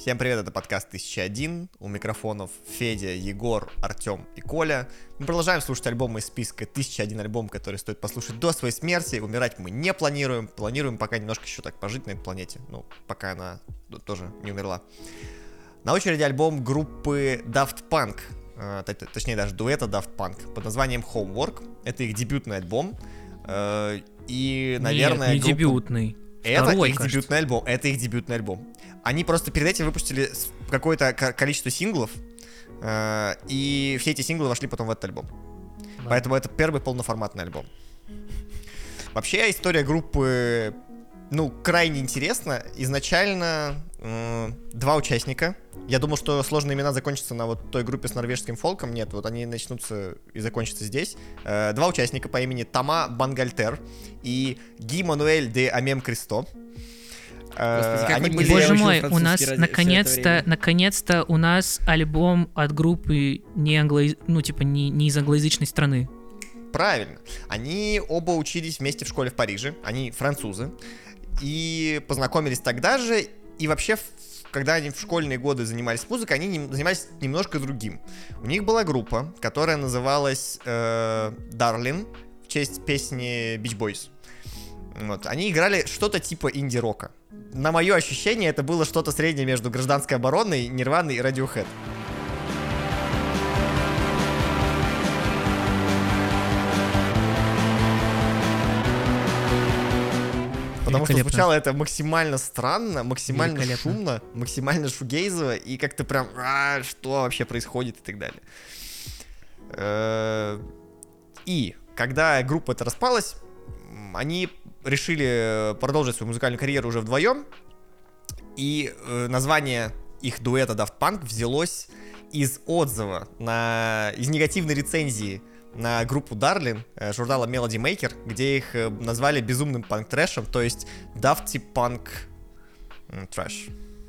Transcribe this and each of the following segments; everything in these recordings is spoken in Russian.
Всем привет, это подкаст 1001. У микрофонов Федя, Егор, Артем и Коля. Мы продолжаем слушать альбомы из списка 1001 альбом, который стоит послушать до своей смерти. Умирать мы не планируем. Планируем пока немножко еще так пожить на этой планете. Ну, пока она тоже не умерла. На очереди альбом группы Daft Punk. Точнее, даже дуэта Daft Punk под названием Homework. Это их дебютный альбом. И, наверное... Нет, не дебютный. Это Второй, их кажется. дебютный альбом. Это их дебютный альбом. Они просто перед этим выпустили какое-то количество синглов, и все эти синглы вошли потом в этот альбом. Да. Поэтому это первый полноформатный альбом. Вообще история группы, крайне интересна. Изначально два участника. Я думал, что сложные имена закончатся на вот той группе с норвежским фолком. Нет, вот они начнутся и закончатся здесь. Два участника по имени Тома Бангальтер и Ги Мануэль де Амем Кристо. Они были Боже очень мой, у нас французский наконец-то у нас альбом от группы не из англоязычной страны. Правильно. Они оба учились вместе в школе в Париже. Они французы. И познакомились тогда же. И вообще, когда они в школьные годы занимались музыкой, они занимались немножко другим. У них была группа, которая называлась Darlin, в честь песни Beach Boys. Вот. Они играли что-то типа инди-рока. На мое ощущение, это было что-то среднее между Гражданской обороной, Нирваной и Radiohead. Потому что звучало это максимально странно, максимально шумно, максимально шугейзово, и как-то прям, что вообще происходит и так далее. И когда группа эта распалась, они решили продолжить свою музыкальную карьеру уже вдвоем, и название их дуэта Daft Punk взялось из отзыва, из негативной рецензии на группу Darlin журнала Melody Maker, где их назвали безумным панк-трэшем, то есть Dafty Punk Trash.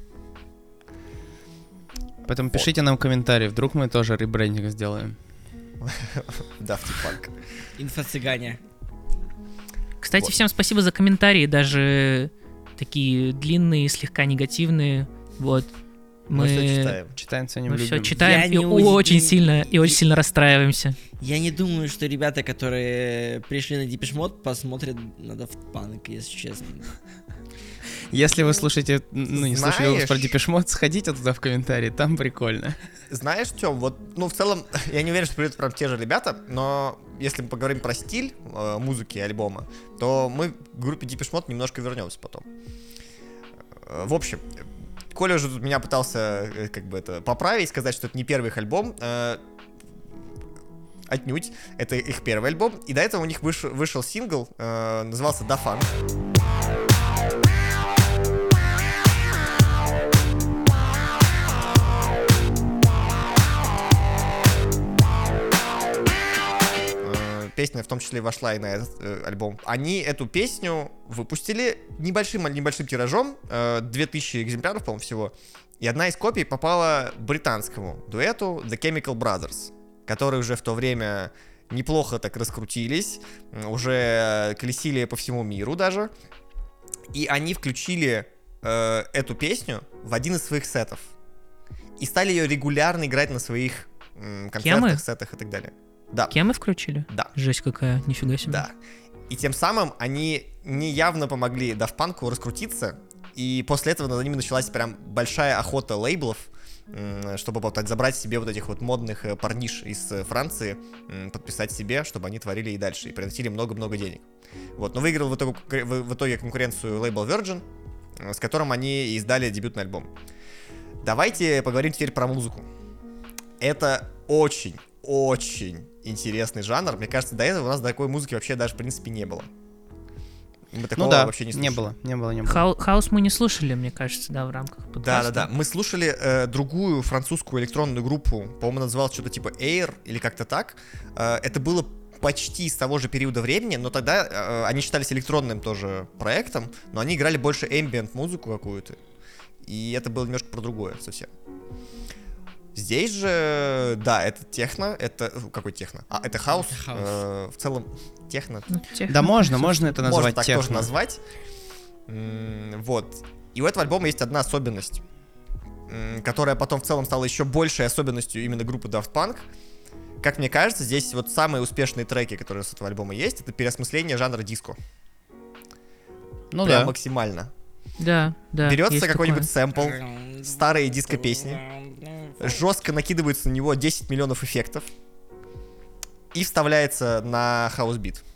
Поэтому пишите нам комментарии, вдруг мы тоже ребрендинг сделаем. Dafty Punk. Инфо-цыгане. Кстати, всем спасибо за комментарии, даже такие длинные, слегка негативные. Вот. Мы все читаем. Читаем, ценим, Мы любим. все читаем и очень сильно расстраиваемся. Я не думаю, что ребята, которые пришли на Depeche Mode, посмотрят на Daft Punk, если честно. Если вы слушаете, не слушали выпуск про Знаешь- Depeche Mode, сходите туда в комментарии, там прикольно. Знаешь, Тём, в целом, я не уверен, что придут прям те же ребята, но если мы поговорим про стиль музыки альбома, то мы к группе Depeche Mode немножко вернемся потом. В общем, Коля уже тут меня пытался поправить, сказать, что это не первый их альбом. Отнюдь, это их первый альбом. И до этого у них вышел сингл, назывался Da Funk. Песня в том числе вошла и на этот альбом. Они эту песню выпустили небольшим тиражом, 2000 экземпляров, по-моему, всего. И одна из копий попала британскому дуэту The Chemical Brothers, которые уже в то время неплохо так раскрутились, уже колесили по всему миру даже. И они включили эту песню в один из своих сетов. И стали ее регулярно играть на своих концертах, сетах и так далее. Да. Кем мы включили? Да. Жесть какая, нифига себе. Да. И тем самым они неявно помогли Daft Punk'у раскрутиться, и после этого за ними началась прям большая охота лейблов, чтобы забрать себе вот этих вот модных парниш из Франции, подписать себе, чтобы они творили и дальше, и приносили много-много денег. Вот. Но выиграл в итоге конкуренцию лейбл Virgin, с которым они и издали дебютный альбом. Давайте поговорим теперь про музыку. Это очень интересный жанр. Мне кажется, до этого у нас такой музыки вообще даже в принципе не было. Мы такого вообще не слушали. Не было. Хаус мы не слушали, мне кажется, в рамках подкаста. Да. Мы слушали другую французскую электронную группу, по-моему, называлась что-то типа Air или как-то так. Это было почти с того же периода времени, но тогда они считались электронным тоже проектом, но они играли больше ambient музыку какую-то. И это было немножко про другое совсем. Здесь же, да, это техно, это... Какой техно? Это хаус. Это хаус. В целом, техно... Да, можно это назвать Можно так техно. тоже назвать. Вот. И у этого альбома есть одна особенность. которая потом в целом стала еще большей особенностью именно группы Daft Punk. Как мне кажется, здесь вот самые успешные треки, которые с этого альбома есть, это переосмысление жанра диско. Ну Прям да. максимально. Да. Берется есть какой-нибудь такое. сэмпл, старые диско-песни, жестко накидывается на него 10 миллионов эффектов и вставляется на хаус-бит.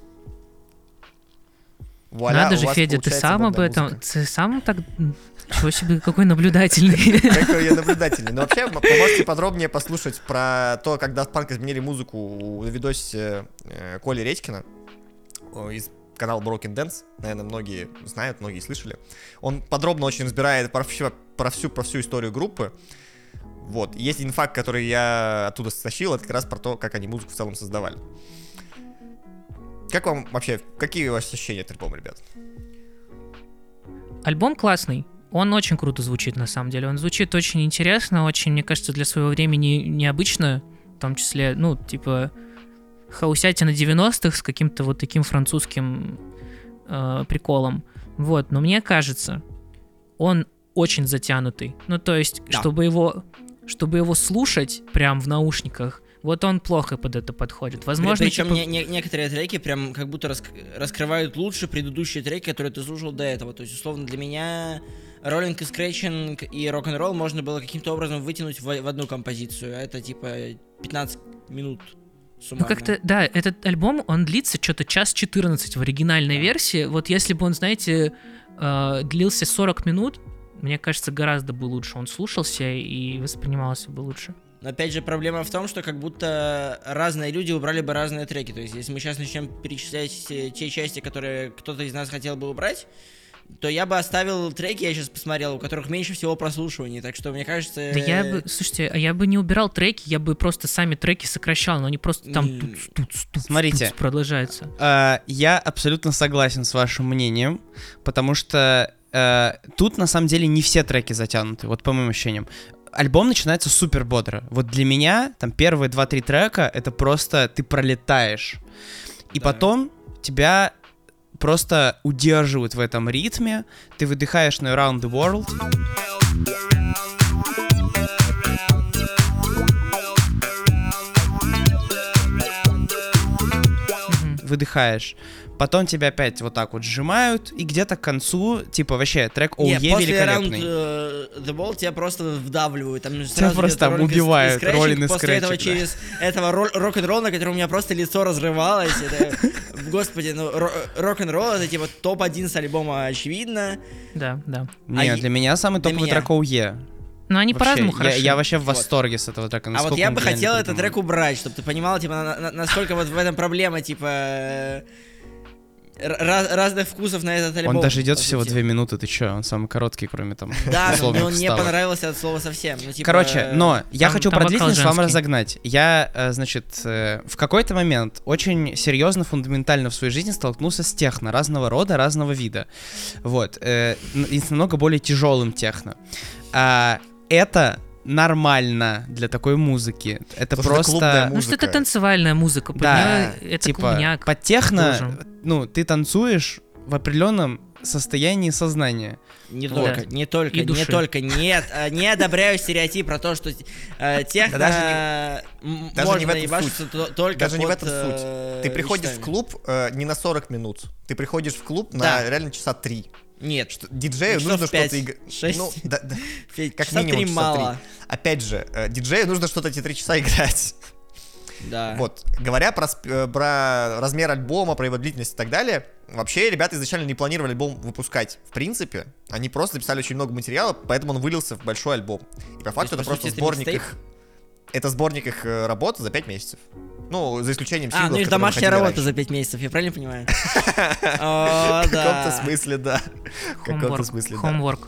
Вуаля, Надо у же, вас Федя, ты получается сам об модная этом, музыка. ты сам так... Чего себе, какой наблюдательный. Какой я наблюдательный. Но вообще, вы можете подробнее послушать про то, как Daft Punk изменили музыку в видосе Коли Редькина из канала Broken Dance. Наверное, многие знают, многие слышали. Он подробно очень разбирает про всю историю группы. Вот. Есть один факт, который я оттуда стащил, это как раз про то, как они музыку в целом создавали. Как вам вообще, какие у вас ощущения от альбома, ребят? Альбом классный. Он очень круто звучит, на самом деле. Он звучит очень интересно, очень, мне кажется, для своего времени необычно. В том числе, ну, типа, хаусятина 90-х с каким-то вот таким французским приколом. Вот, но мне кажется, он очень затянутый. Ну, то есть, Да. чтобы его слушать прям в наушниках, вот он плохо под это подходит. Возможно, Причем типа, некоторые треки прям как будто раскрывают лучше предыдущие треки, которые ты слушал до этого. То есть, условно, для меня роллинг и скретчинг и рок-н-ролл можно было каким-то образом вытянуть в одну композицию. А это типа 15 минут ну, суммарно. как-то, да, этот альбом, он длится что-то час 14 в оригинальной версии. Вот если бы он, знаете, длился 40 минут, мне кажется, гораздо бы лучше он слушался и воспринимался бы лучше. Но опять же, проблема в том, что как будто разные люди убрали бы разные треки. То есть, если мы сейчас начнем перечислять те части, которые кто-то из нас хотел бы убрать, то я бы оставил треки, я сейчас посмотрел, у которых меньше всего прослушиваний. Так что, мне кажется... Да я бы, слушайте, я бы не убирал треки, я бы просто сами треки сокращал, но они просто там Смотрите. продолжаются. Я абсолютно согласен с вашим мнением, потому что тут на самом деле не все треки затянуты, вот по моим ощущениям. Альбом начинается супер бодро. Вот для меня там первые 2-3 трека это просто ты пролетаешь. И Да. потом тебя просто удерживают в этом ритме. Ты выдыхаешь на Around the World. Выдыхаешь. Потом тебя опять вот так вот сжимают, и где-то к концу, типа, вообще, трек Не, OE после великолепный. Round the World тебя просто вдавливают. Там Тебя просто там убивают, роллин и после этого скретчик, да. через этого рок-н-ролл, на котором у меня просто лицо разрывалось. Это, господи, ну рок-н-ролл это типа топ-1 с альбома, очевидно. Да. Не, для меня самый для топовый меня. трек OE. Но они Вообще, по-разному хороши. я вообще в восторге с этого трека. А вот насколько я он бы гениально хотел этот придуман. трек убрать, чтобы ты понимал, типа, насколько вот в этом проблема, типа, разных вкусов на этот альбом. Он даже идет по всего сути. 2 минуты, ты чё? Он самый короткий, кроме там Да, но условных мне он не вставок. понравился от слова совсем. Ну, типа, Короче, но я там- хочу там продлить, вокал с вами женский. разогнать. Я, значит, в какой-то момент очень серьезно, фундаментально в своей жизни столкнулся с техно разного рода, разного вида. Вот. И с намного более тяжелым техно. Это нормально для такой музыки. Это Потому что клубная просто... Ну что это музыка. танцевальная музыка, под Да, неё это типа, клубняк. под техно, тоже. ну, ты танцуешь в определенном состоянии сознания. Не Вот. только, не только, И не души. только, нет, не одобряю стереотип про то, что техно даже не можно в этом ебашиться только Даже не в под, этом суть. Ты приходишь в вещами. клуб не на 40 минут. Ты приходишь в клуб Да. на реально часа 3. Нет, Что, диджею часов нужно что-то 5, играть. 6. Ну, да, Федь, как часа минимум 3 часа мало. 3. Опять же, диджею нужно что-то эти 3 часа играть. Да. Вот. Говоря про размер альбома, про его длительность и так далее, вообще ребята изначально не планировали альбом выпускать. В принципе, они просто написали очень много материала, поэтому он вылился в большой альбом. И по факту есть, это по сути, просто это сборник микстейп? их... Это сборник их работы за 5 месяцев. Ну, за исключением А, синглов, ну их которые домашняя выходили работа раньше. за 5 месяцев, я правильно понимаю? О, В каком-то да. смысле, да. В каком-то смысле, да. Homework.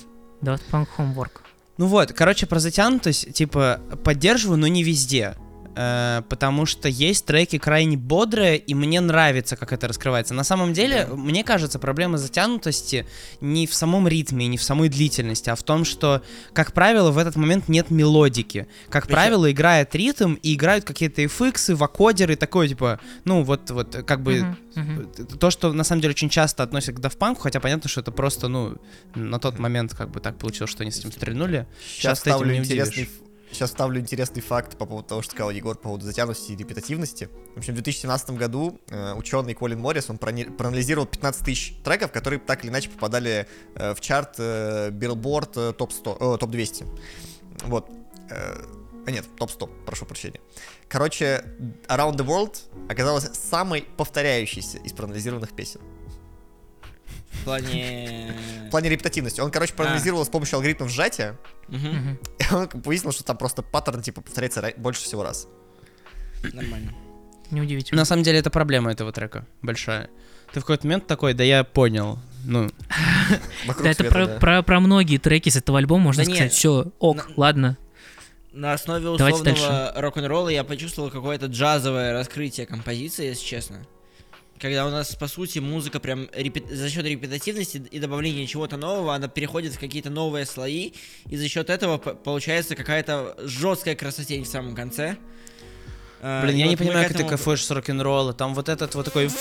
Daft Punk Homework. Ну вот, короче, про затянутость, типа, поддерживаю, но не везде. потому что есть треки крайне бодрые, и мне нравится, как это раскрывается. На самом деле, мне кажется, проблема затянутости не в самом ритме, не в самой длительности, а в том, что, как правило, в этот момент нет мелодики. Как правило, играет ритм, и играют какие-то эффексы, вокодеры, такое, типа, ну, вот как бы, то, что, на самом деле, очень часто относят к Daft Punk, хотя понятно, что это просто, ну, на тот момент, как бы, так получилось, что они с этим стрельнули. Сейчас ты этим не удивишь. Сейчас вставлю интересный факт по поводу того, что сказал Егор по поводу затянутости и репетативности. В общем, в 2017 году ученый Колин Моррис, он проанализировал 15 тысяч треков, которые так или иначе попадали в чарт Billboard топ 200. Вот. Нет, топ 100, прошу прощения. Короче, Around the World оказалась самой повторяющейся из проанализированных песен. В плане репетативности. Он, короче, проанализировал с помощью алгоритмов сжатия, и он выяснил, что там просто паттерн, типа, повторяется больше всего раз. Нормально. Неудивительно. На самом деле, это проблема этого трека большая. Ты в какой-то момент такой, да я понял, ну... Да, это про многие треки с этого альбома, можно сказать, все, ладно. На основе условного рок-н-ролла я почувствовал какое-то джазовое раскрытие композиции, если честно. Когда у нас, по сути, музыка прям за счет репетативности и добавления чего-то нового, она переходит в какие-то новые слои, и за счет этого получается какая-то жесткая красотень в самом конце. Блин, я не понимаю, как ты кайфуешь с рок-н-ролла, там вот этот вот такой...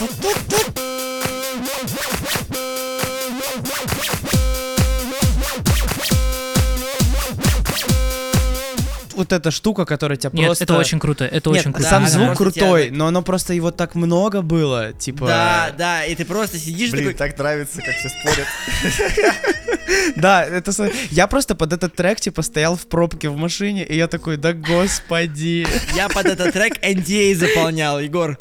Вот эта штука, которая тебя Нет, просто... это очень круто, это Нет, очень круто. сам Да, звук крутой, тебя... но оно просто его так много было, типа... Да, и ты просто сидишь Блин, такой... так нравится, как все спорят. Да, это... Я просто под этот трек, типа, стоял в пробке в машине, и я такой, да господи. Я под этот трек NDA заполнял, Егор.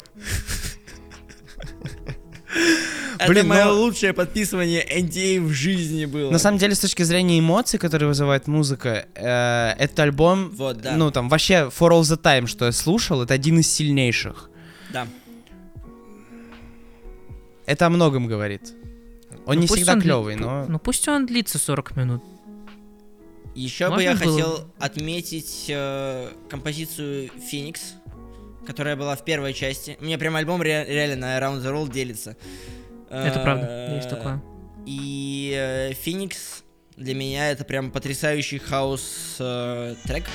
Это мое лучшее подписывание NDA в жизни было. На самом деле, с точки зрения эмоций, которые вызывает музыка, этот альбом, вот, да. ну там вообще For All The Time, что я слушал, это один из сильнейших. Да. Это о многом говорит. Он не всегда клевый, но... Ну пусть он длится 40 минут. Еще бы я хотел отметить композицию Phoenix, которая была в первой части. У меня прям альбом реально на Around the World делится. Это правда, есть такое. И Phoenix для меня это прям потрясающий хаус трек.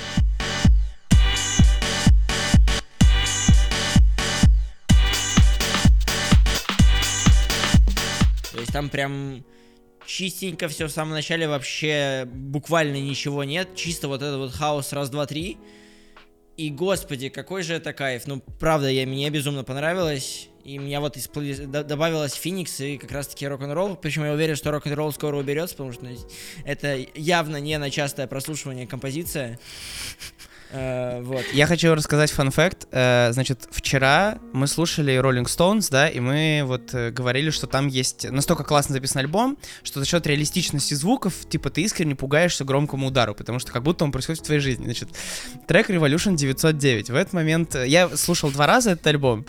То есть там прям чистенько все в самом начале, вообще буквально ничего нет. Чисто вот этот вот хаус раз, два, три. И, господи, какой же это кайф. Ну, правда, мне безумно понравилось. И меня вот добавилось Феникс и как раз-таки рок-н-ролл. Причем я уверен, что рок-н-ролл скоро уберется, потому что это явно не на частое прослушивание композиция. Вот. Я хочу рассказать фан-факт. Значит, вчера мы слушали Rolling Stones, да, и мы вот говорили, что там есть настолько классно записан альбом, что за счет реалистичности звуков, типа, ты искренне пугаешься громкому удару, потому что как будто он происходит в твоей жизни. Значит, трек Revolution 909. В этот момент я слушал 2 раза этот альбом,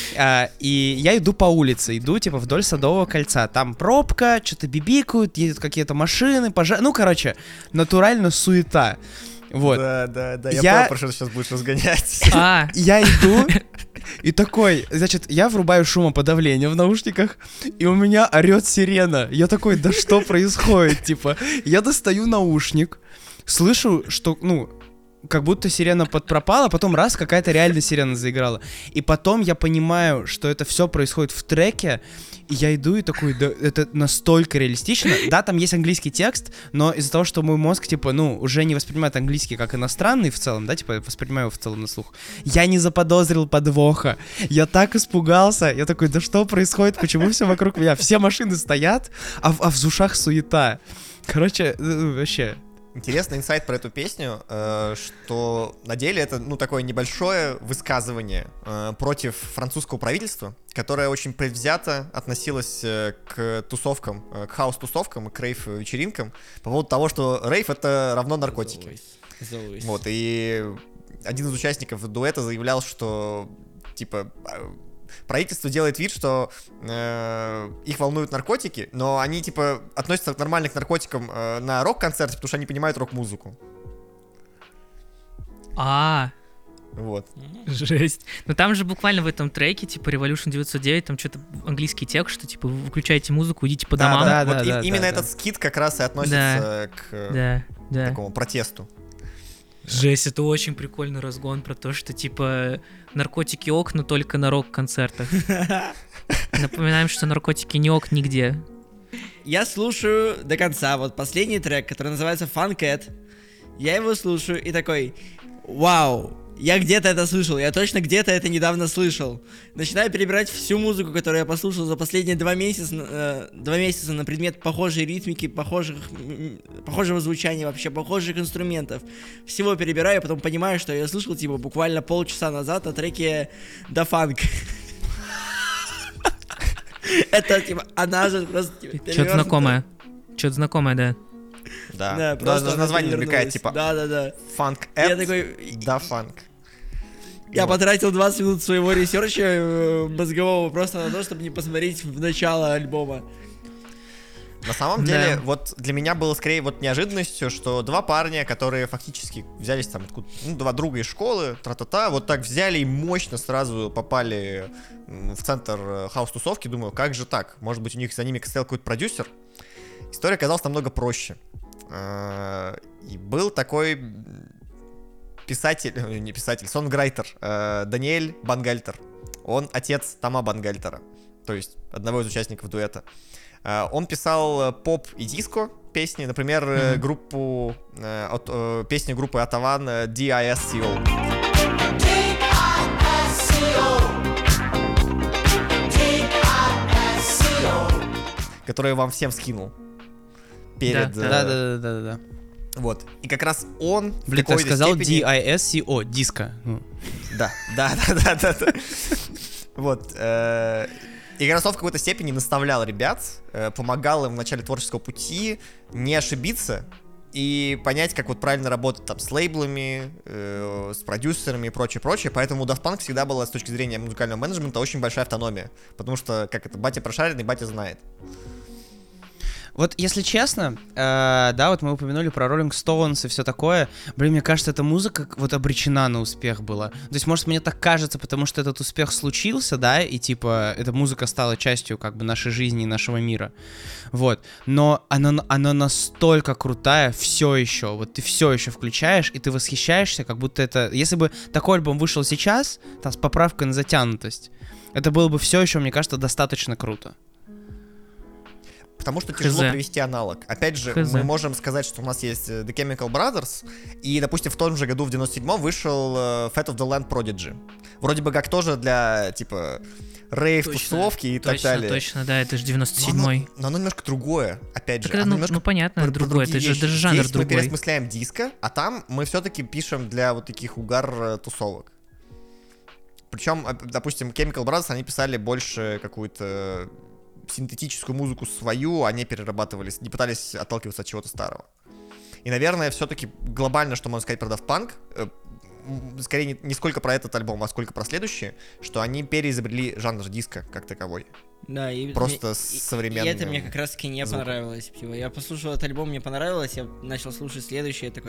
и я иду по улице, иду, типа, вдоль Садового кольца. Там пробка, что-то бибикают, едут какие-то машины, ну, короче, натурально суета. Вот. Да, я понял, про что ты сейчас будешь разгонять. Я иду, и такой, значит, я врубаю шумоподавление в наушниках, и у меня орет сирена. Я такой, да что происходит, типа, я достаю наушник, слышу, что, ну, как будто сирена подпропала, потом раз, какая-то реально сирена заиграла. И потом я понимаю, что это все происходит в треке, и я иду и такой, да это настолько реалистично. Да, там есть английский текст, но из-за того, что мой мозг, типа, ну, уже не воспринимает английский как иностранный в целом, да, типа, воспринимаю его в целом на слух, я не заподозрил подвоха. Я так испугался. Я такой, да что происходит? Почему все вокруг меня? Все машины стоят, а в ушах суета. Короче, вообще... Интересный инсайт про эту песню, что на деле это, ну, такое небольшое высказывание против французского правительства, которое очень предвзято относилось к тусовкам, к хаус-тусовкам и к рейв-вечеринкам по поводу того, что рейв — это равно наркотики. Вот, и один из участников дуэта заявлял, что, типа, правительство делает вид, что их волнуют наркотики, но они, типа, относятся нормально к наркотикам на рок-концерте, потому что они понимают рок-музыку. Вот. Жесть. Но там же буквально в этом треке, типа, Revolution 909, там что-то английский текст, что, типа, вы выключаете музыку, идите по домам. Да, Да, вот да, именно да, этот скит как раз и относится к Да. такому протесту. Жесть, это очень прикольный разгон про то, что, типа, наркотики ок, но только на рок-концертах. Напоминаем, что наркотики не ок нигде. Я слушаю до конца, вот последний трек, который называется Funkette. Я его слушаю и такой, вау, я где-то это слышал, я точно где-то это недавно слышал. Начинаю перебирать всю музыку, которую я послушал за последние 2 месяца на предмет похожей ритмики, похожего звучания, вообще похожих инструментов. Всего перебираю, потом понимаю, что я слышал, типа, буквально полчаса назад на треке Da Funk. Это, типа, она же просто, типа, Что-то знакомое, да. Да, просто даже название она намекает, перевернулась. типа, Да. фанк Я такой, да фанк. я потратил 20 минут своего ресерча мозгового просто на то, чтобы не посмотреть в начало альбома. На самом Да. деле, вот для меня было скорее вот неожиданностью, что 2 парня, которые фактически взялись там откуда, 2 друга из школы, тра-та-та, вот так взяли и мощно сразу попали в центр хаус-тусовки. Думаю, как же так? Может быть, у них за ними стоял какой-то продюсер? История оказалась намного проще. И был такой сонграйтер Даниэль Бангальтер. Он отец Тома Бангальтера, то есть одного из участников дуэта. Он писал поп и диско песни, например, песню группы Атаван DISCO. Который я вам всем скинул. Перед... Да. Вот. И как раз он в Блин, ты какой-то сказал степени... DISCO, диско. Да. Вот. И как раз он в какой-то степени наставлял ребят, помогал им в начале творческого пути не ошибиться и понять, как вот правильно работать там с лейблами, с продюсерами и прочее. Поэтому у Daft Punk всегда была с точки зрения музыкального менеджмента очень большая автономия. Потому что, как это, батя прошаренный, батя знает. Вот, если честно, да, вот мы упомянули про Rolling Stones и все такое. Блин, мне кажется, эта музыка вот обречена на успех была. То есть, может, мне так кажется, потому что этот успех случился, да, и типа эта музыка стала частью как бы нашей жизни и нашего мира. Вот. Но она настолько крутая все еще. Вот ты все еще включаешь, и ты восхищаешься, как будто это... Если бы такой альбом вышел сейчас, там с поправкой на затянутость, это было бы все еще, мне кажется, достаточно круто. Потому что тяжело Хз. привести аналог. Опять же, Хз. мы можем сказать, что у нас есть The Chemical Brothers, и, допустим, в том же году, в 97-м, вышел Fate of the Land Prodigy. Вроде бы как тоже для, типа, рейв-тусовки и так далее. Точно, да, это же 97-й. Но оно немножко другое, опять же. Так это, Оно немножко понятно, про другое, другие это же вещи. даже жанр Здесь мы другой. переосмысляем диско, а там мы все-таки пишем для вот таких угар-тусовок. Причем, допустим, Chemical Brothers, они писали больше какую-то синтетическую музыку свою, они перерабатывали, не пытались отталкиваться от чего-то старого. И, наверное, все-таки глобально, что можно сказать про Daft Punk, скорее не сколько про этот альбом, а сколько про следующий, что они переизобрели жанр диска как таковой. Да, и Просто современный. И это мне как раз-таки не звук. понравилось. Типа, я послушал этот альбом, мне понравилось, я начал слушать следующий, я такой,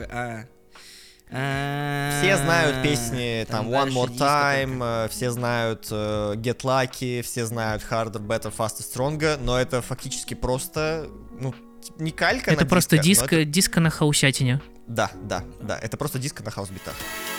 Все знают песни там One More Time, все знают Get Lucky, все знают Harder, Better, Faster, Stronger, но это фактически просто, ну, не калька Это на просто диско, но это- диско на хаусятине. Да, это просто диско на хаус-битах.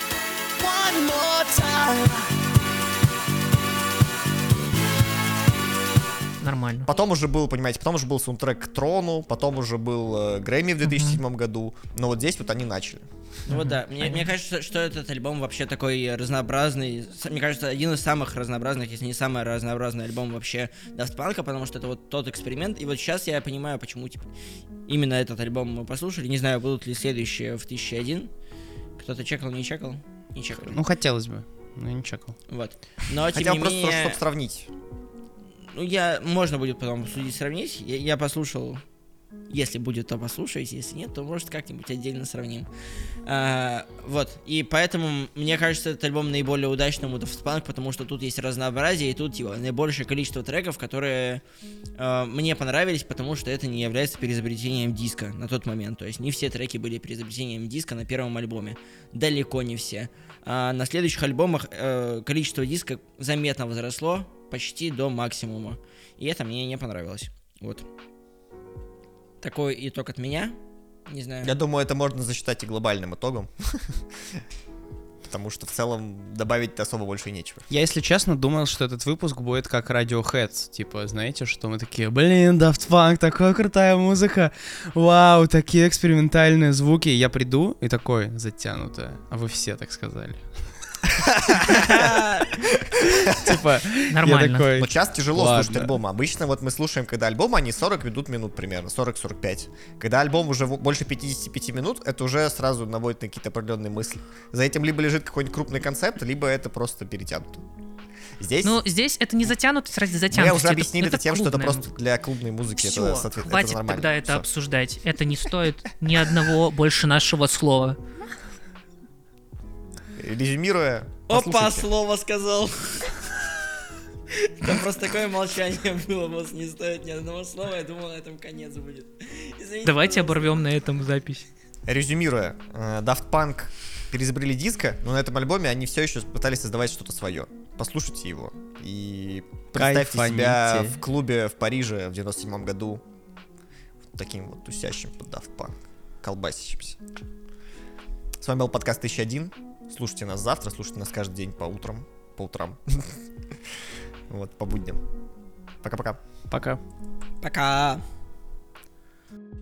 Нормально. Потом уже был, понимаете, саундтрек к Трону, потом уже был Грэмми в 2007 году, но вот здесь вот они начали. Ну вот да, мне кажется, что этот альбом вообще такой разнообразный. Мне кажется, один из самых разнообразных, если не самый разнообразный альбом вообще Daft Punk, потому что это вот тот эксперимент. И вот сейчас я понимаю, почему типа, именно этот альбом мы послушали. Не знаю, будут ли следующие в 1001. Кто-то чекал, не чекал? Не чекал. Ну, хотелось бы, но не чекал. Вот. Но тем Хотел не просто, менее... чтобы сравнить. Ну, можно будет потом судить, сравнить. Я послушал. Если будет, то послушайте. Если нет, то, может, как-нибудь отдельно сравним. Вот. И поэтому, мне кажется, этот альбом наиболее удачным у Daft Punk, потому что тут есть разнообразие, и тут типа, наибольшее количество треков, которые мне понравились, потому что это не является переизобретением диска на тот момент. То есть не все треки были переизобретением диска на первом альбоме. Далеко не все. А на следующих альбомах количество дисков заметно возросло, почти до максимума. И это мне не понравилось. Вот. Такой итог от меня. Не знаю. Я думаю, это можно засчитать и глобальным итогом. Потому что в целом добавить особо больше и нечего. Я, если честно, думал, что этот выпуск будет как Radiohead. Типа, знаете, что мы такие, блин, Daft Punk, такая крутая музыка. Вау, такие экспериментальные звуки. Я приду и такой, затянутое. А вы все так сказали. Типа, я Нормально. такой... Но сейчас тяжело Ладно. слушать альбомы. Обычно вот мы слушаем, когда альбомы, они 40 ведут минут примерно, 40-45. Когда альбом уже больше 55 минут, это уже сразу наводит на какие-то определенные мысли. За этим либо лежит какой-нибудь крупный концепт, либо это просто перетянуто. Здесь... Ну, здесь это не затянутость ради Мы затянутости. уже объяснили это тем, что это клубная просто для клубной музыки. Все, Это, соответственно, хватит это нормально. тогда это Всё. обсуждать. Это не стоит ни одного больше нашего слова. Резюмируя, Опа, послушайте. слово сказал. Там просто такое молчание было, босс, не стоит ни одного слова, я думал, на этом конец будет. Извините, Давайте пожалуйста. оборвем на этом запись. Резюмируя, Daft Punk переизобрели диско, но на этом альбоме они все еще пытались создавать что-то свое. Послушайте его и представьте себя Кайфаните. в клубе в Париже в 97 году вот таким вот тусящим под Daft Punk, колбасящимся. С вами был подкаст 1001. Слушайте нас завтра, слушайте нас каждый день по утрам. Вот, по будням. Пока-пока. Пока. Пока.